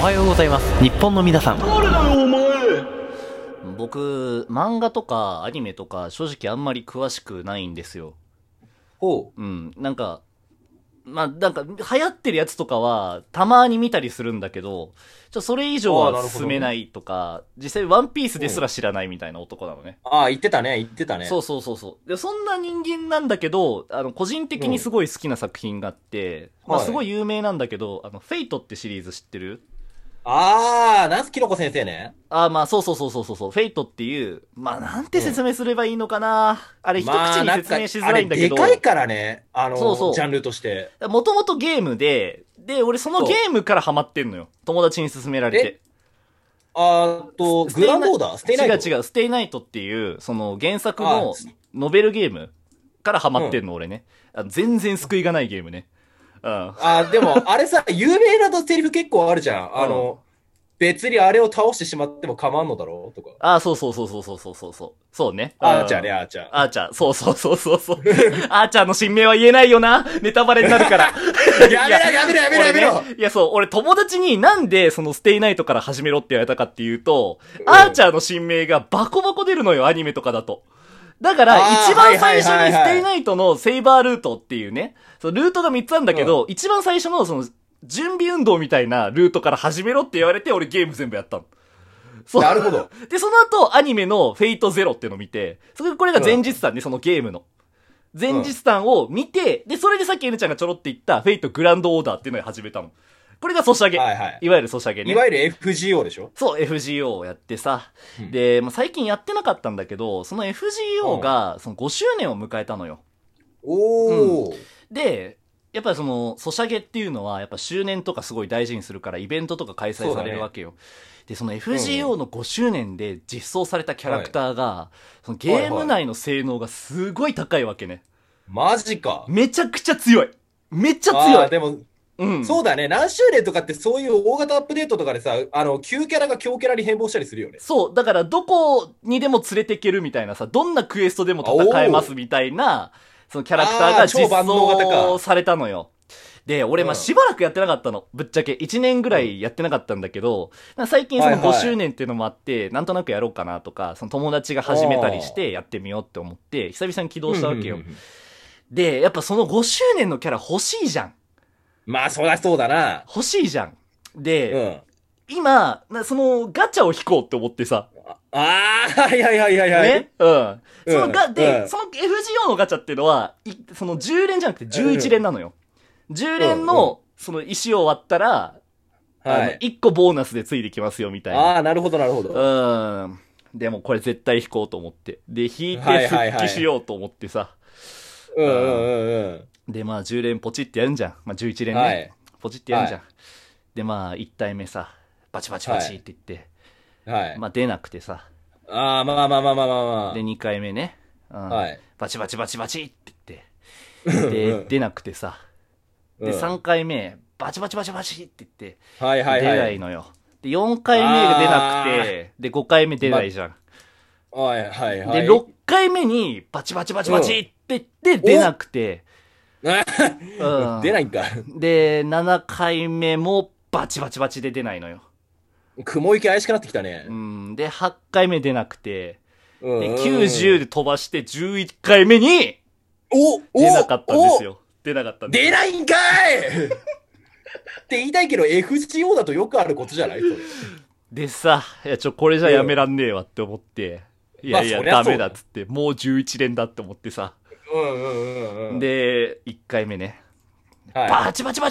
はようございます。日本の皆さん。 誰だよお前。 僕、漫画とかアニメとか正直あんまり詳しくないんですよ。 ほうん。なんか流行ってるやつとかはたまに見たりするんだけど、それ以上は進めないとか、実際ワンピースですら知らないみたいな男なのね。 ああ、言ってたね。 そうそうそうそう。で、そんな人間なんだけど、個人的にすごい好きな作品があって、まあすごい有名なんだけど、フェイトってシリーズ知ってる？ ああ、ナスキノコ先生ね。 まあ、そうそうそうそうそう、フェイトっていう、まあ、なんて説明すればいいのかな。あれ、一口に説明しづらいんだけど。 あれ、でかいからね。 そうそう。 ジャンルとして。 もともとゲームで、俺そのゲームからハマってんのよ。友達に勧められて。 グランドオーダー？ステイナイト？ 違う、ステイナイトっていう、その原作のノベルゲームからハマってんの、俺ね。全然救いがないゲームね。 でも、あれさ、有名なセリフ結構あるじゃん。別にあれを倒してしまっても構わんのだろうとか。 そう。そうね。 アーチャーね、アーチャー。 アーチャー。そう。アーチャーの新名は言えないよな。ネタバレになるから。 やめろ、 いや、そう、俺友達になんでそのステイナイトから始めろって言われたかっていうと、アーチャーの新名がバコバコ出るのよ、アニメとかだと。だから、一番最初にステイナイトのセイバールートっていうね、そのルートが3つあるんだけど、一番最初のその、準備運動みたいなルートから始めろって言われて、俺ゲーム全部やったの。そう。 なるほど。 で、その後、アニメのフェイトゼロっていうのを見て、これが前日談ね、そのゲームの。前日談を見て、で、それでさっきNちゃんがちょろって言った、フェイトグランドオーダーっていうのを始めたの。これがソシャゲ。いわゆるソシャゲね。 いわゆる FGO でしょ？ そう、FGO をやってさ。で、最近やってなかったんだけど、その FGO が、その5周年を迎えたのよ。で、やっぱりその、ソシャゲっていうのは、やっぱ周年とかすごい大事にするから、イベントとか開催されるわけよ。で、その FGO の5周年で実装されたキャラクターが、そのゲーム内の性能がすごい高いわけね。 マジか。 めちゃくちゃ強い。めっちゃ強い。 でも、そうだね。何周年とかってそういう大型アップデートとかでさ、旧キャラが強キャラに変貌したりするよね。 そう。だからどこにでも連れてけるみたいなさ、どんなクエストでも戦えますみたいな、そのキャラクターが実装されたのよ。で、俺しばらくやってなかったの。ぶっちゃけ。1年ぐらいやってなかったんだけど、最近その5周年っていうのもあって、なんとなくやろうかなとか、その友達が始めたりしてやってみようって思って、久々に起動したわけよ。で、やっぱその5周年のキャラ欲しいじゃん。 まあ、そりゃそうだな。 欲しいじゃん。で、今、そのガチャを引こうって思ってさ。 はい。ね。 そのFGO のガチャっていうのは、その10連じゃなくて11連なのよ。10連の、その石を割ったら、1個ボーナスでついてきますよ、みたいな。 なるほど。 でもこれ絶対引こうと思って。で、引いて復帰しようと思ってさ。で、まあ10連ポチってやるんじゃん。まあ11連ね。ポチってやるんじゃん。で、まあ1体目さ、バチバチって言って、まあ出なくてさ。 まあ。 で、2回目ね。バチバチって言って。で、出なくてさ。で、3回目、バチバチって言って、出ないのよ。で、4回目が出なくて、で、5回目出ないじゃん。で、6回目に、バチって言って、出なくて、 出ないんか。 で、7回目も、バチで出ないのよ。 雲行き怪しくなってきたね。 で、8回目出なくて、で、90で飛ばして、11回目に、出なかったんですよ。出ないんかいって言いたいけど FGO だとよくあることじゃない？ でさ、これじゃやめらんねえわって思って、いや、ダメだっつって、もう11連だって思ってさ。で、1回目ね。バチっつって、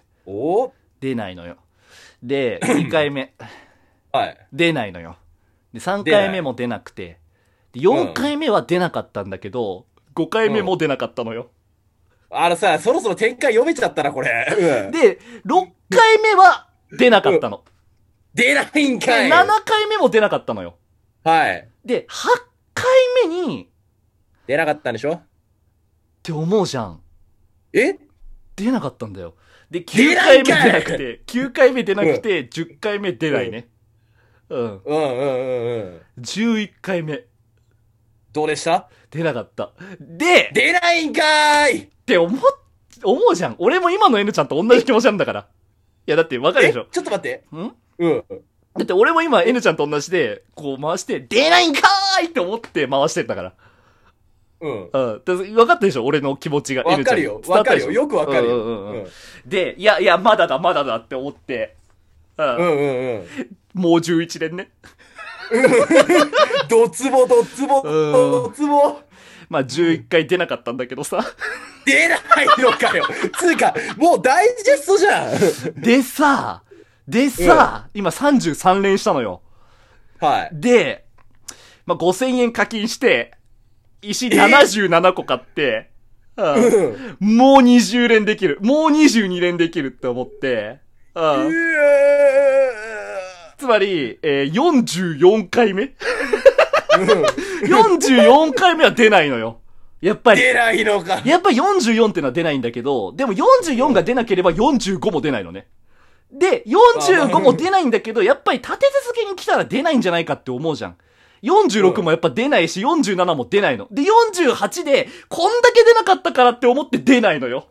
出ないのよ。で、2回目。出ないのよ。で、3回目も出なくて、で4回目は出なかったんだけど、5回目も出なかったのよ。 そろそろ展開読めちゃったな、これ。 で、6回目は出なかったの。 出ないんかい。 7回目も出なかったのよ。で、8回目に、 出なかったんでしょって思うじゃん。 出なかったんだよ。で、9回目出なくて、10回目出ないね。11回目。 どうでした？ 出なかった。で、 出ないんかーいって思うじゃん。俺も今の N ちゃんと同じ気持ちなんだから。 や、だってわかるでしょ。 ちょっと待って。 うん。 だって俺も今 N ちゃんと同じで、こう回して、出ないんかーいって思って回してんだから。うん。分かったでしょ俺の気持ちが。 分かるよ。分かるよ。よく分かるよ。 で、いや、まだだって思って。もう11年ね。 ドツボ。 まあ、11回出なかったんだけどさ。 出ないのかよ。つうか、もうダイジェストじゃん。 でさ、今33連したのよ。 はい。 で、まあ、5000円課金して、石77個買って、もう20連できる。もう22連できるって思って、つまり、44回目44回目は出ないのよ。やっぱり。 出ないのか。 やっぱり44ってのは出ないんだけど、でも44が出なければ45も出ないのね。で、45も出ないんだけど、やっぱり立て続けに来たら出ないんじゃないかって思うじゃん。46もやっぱ出ないし、47も出ないの。で、48で、こんだけ出なかったからって思って出ないのよ。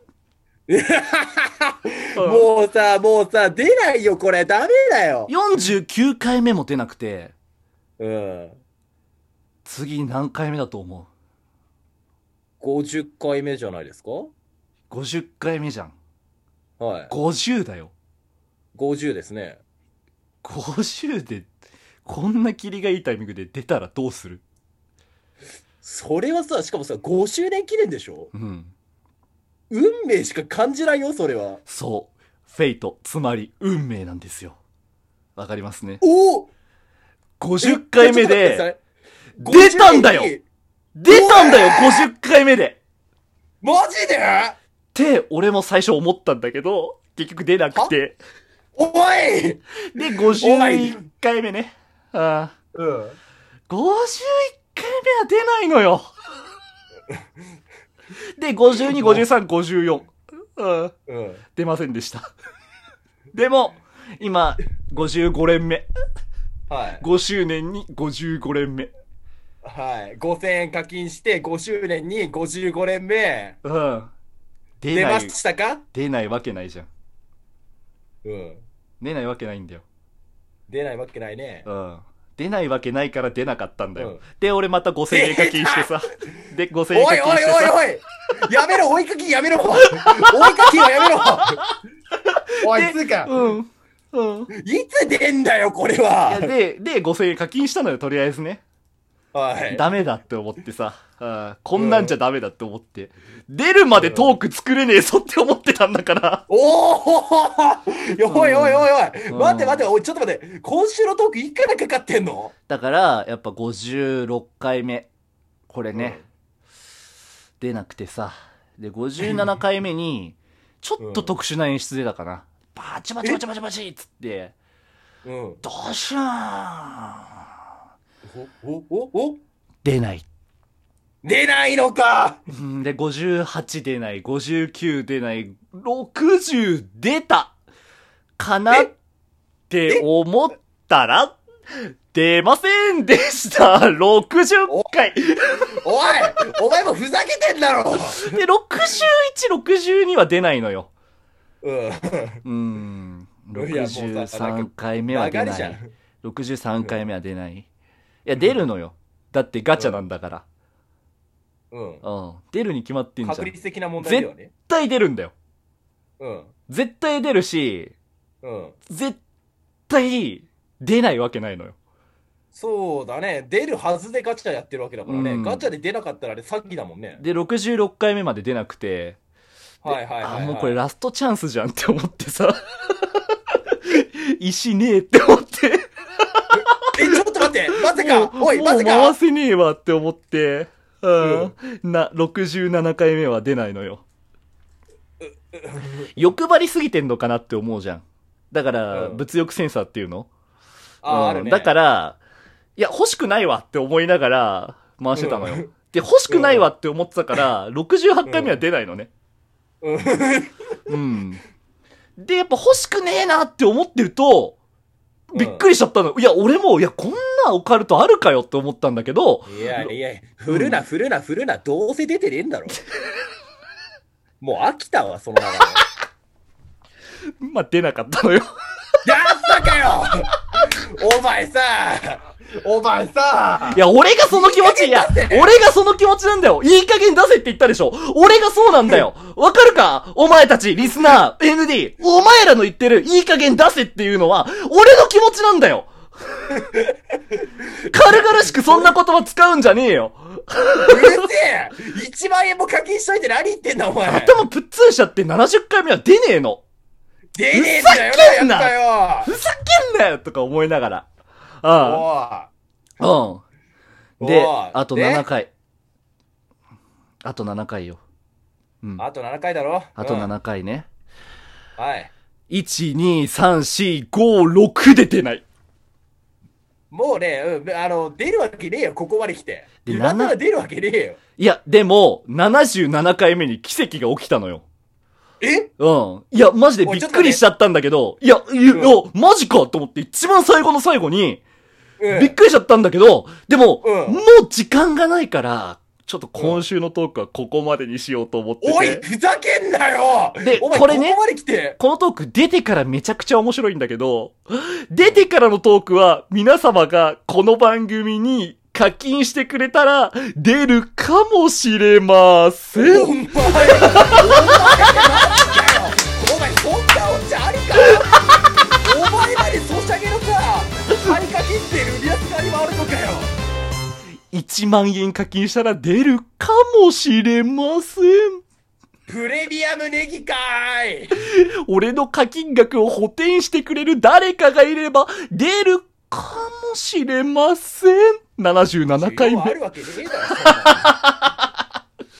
もうさ、出ないよ、これ。ダメだよ。 49回目も出なくて。 うん。 次何回目だと思う？ 50 回目じゃないですか？ 50 回目じゃん。 はい。 50だよ。 50ですね。 50で、こんなキリがいいタイミングで出たらどうする？ それはさ、しかもさ、5周年記念でしょ？ うん。 運命しか感じないよ、それは。 そう。フェイト、つまり運命なんですよ。わかりますね。 お ！50回目で、出たんだよ！出たんだよ !50 回目で！ マジで？ って、俺も最初思ったんだけど、結局出なくて。 おいで、51回目ね。51回目は出ないのよ。で、52、53、54。出ませんでした。でも、今、55連目。 はい。 5周年に55連目。 はい。5000円課金して、5周年に55連目。出ましたか？ 出ないわけないじゃん。 出ないわけないんだよ。 出ないわけないね。 出ないわけないから出なかったんだよ。で、俺また5000円課金してさ。で、5000円課金してさ。 おいやめろ追い課金やめろ追い課金はやめろおい、つうか。いつ出んだよ、これは。 で、5000円課金したのよ、とりあえずね。 はい。 ダメだって思ってさ。こんなんじゃダメだって思って。出るまでトーク作れねえぞって思ってたんだから。 おい。待って、ちょっと待って。今週のトークいくらかかってんの？ だから、やっぱ56回目。これね。出なくてさ。で、57回目に、ちょっと特殊な演出出たかな。バチバチっつって。どうしよう。 出ない。 出ないのか。 で、58出ない、59出ない、60出たかなって思ったら、出ませんでした !60 回お前もふざけてんだろで、 61、62は出ないのよ。63回目は出ない。63回目は出ない。いや、出るのよ。だってガチャなんだから。出るに決まってんじゃん。 確率的な問題だよね。 絶対出るんだよ。絶対出るし、絶対出ないわけないのよ。 そうだね。出るはずでガチャやってるわけだからね。ガチャで出なかったらあれ詐欺だもんね。 で、66回目まで出なくて、もうこれラストチャンスじゃんって思ってさ。石ねえって思って。 ちょっと待って、まさか、 もう回せねえわって思って、67回目は出ないのよ。欲張りすぎてんのかなって思うじゃん。だから、物欲センサーっていうの？だから、いや、欲しくないわって思いながら回してたのよ。で、欲しくないわって思ってたから、68回目は出ないのね。で、やっぱ欲しくねえなって思ってると、びっくりしちゃったの。いや、俺も、こんなオカルトあるかよって思ったんだけど。 いや、振るな。どうせ出てねえんだろ。もう飽きたわ、その流まあ、出なかったのよ。 やったかよお前さ、いや、俺がその気持ち、俺がその気持ちなんだよ。いい加減出せって言ったでしょ。俺がそうなんだよ。わかるかお前たち、リスナー、ND。お前らの言ってる、いい加減出せっていうのは、俺の気持ちなんだよ。軽々しくそんな言葉使うんじゃねえよ。 うるせえ !1 万円も課金しといて何言ってんだお前。 頭ぶっつんしちゃって70回目は出ねえの。 出ねえんだよ。ふざけんなよとか思いながら。で、あと7回。あと7回よ。 あと7回だろ。 あと7回ね。 はい。 1、2、3、4、5、6出てない。 もうね、出るわけねえよ、ここまで来て。なんなら出るわけねえよ。 いや、でも、77回目に奇跡が起きたのよ。 え？ いや、マジでびっくりしちゃったんだけど、マジかと思って一番最後の最後に、びっくりしちゃったんだけど、でも、もう時間がないから、ちょっと今週のトークはここまでにしようと思ってて。 おい、ふざけんなよで、これね、このトーク出てからめちゃくちゃ面白いんだけど、出てからのトークは皆様がこの番組に課金してくれたら出るかもしれません。 お前、そんなオチありかお前までソシャゲのさ、張りかけってるやつが今あるのかよ。 1万円課金したら出るかもしれません。 プレミアムネギかーい。 俺の課金額を補填してくれる誰かがいれば出るかもしれません。77回目。 あるわけねえだろ。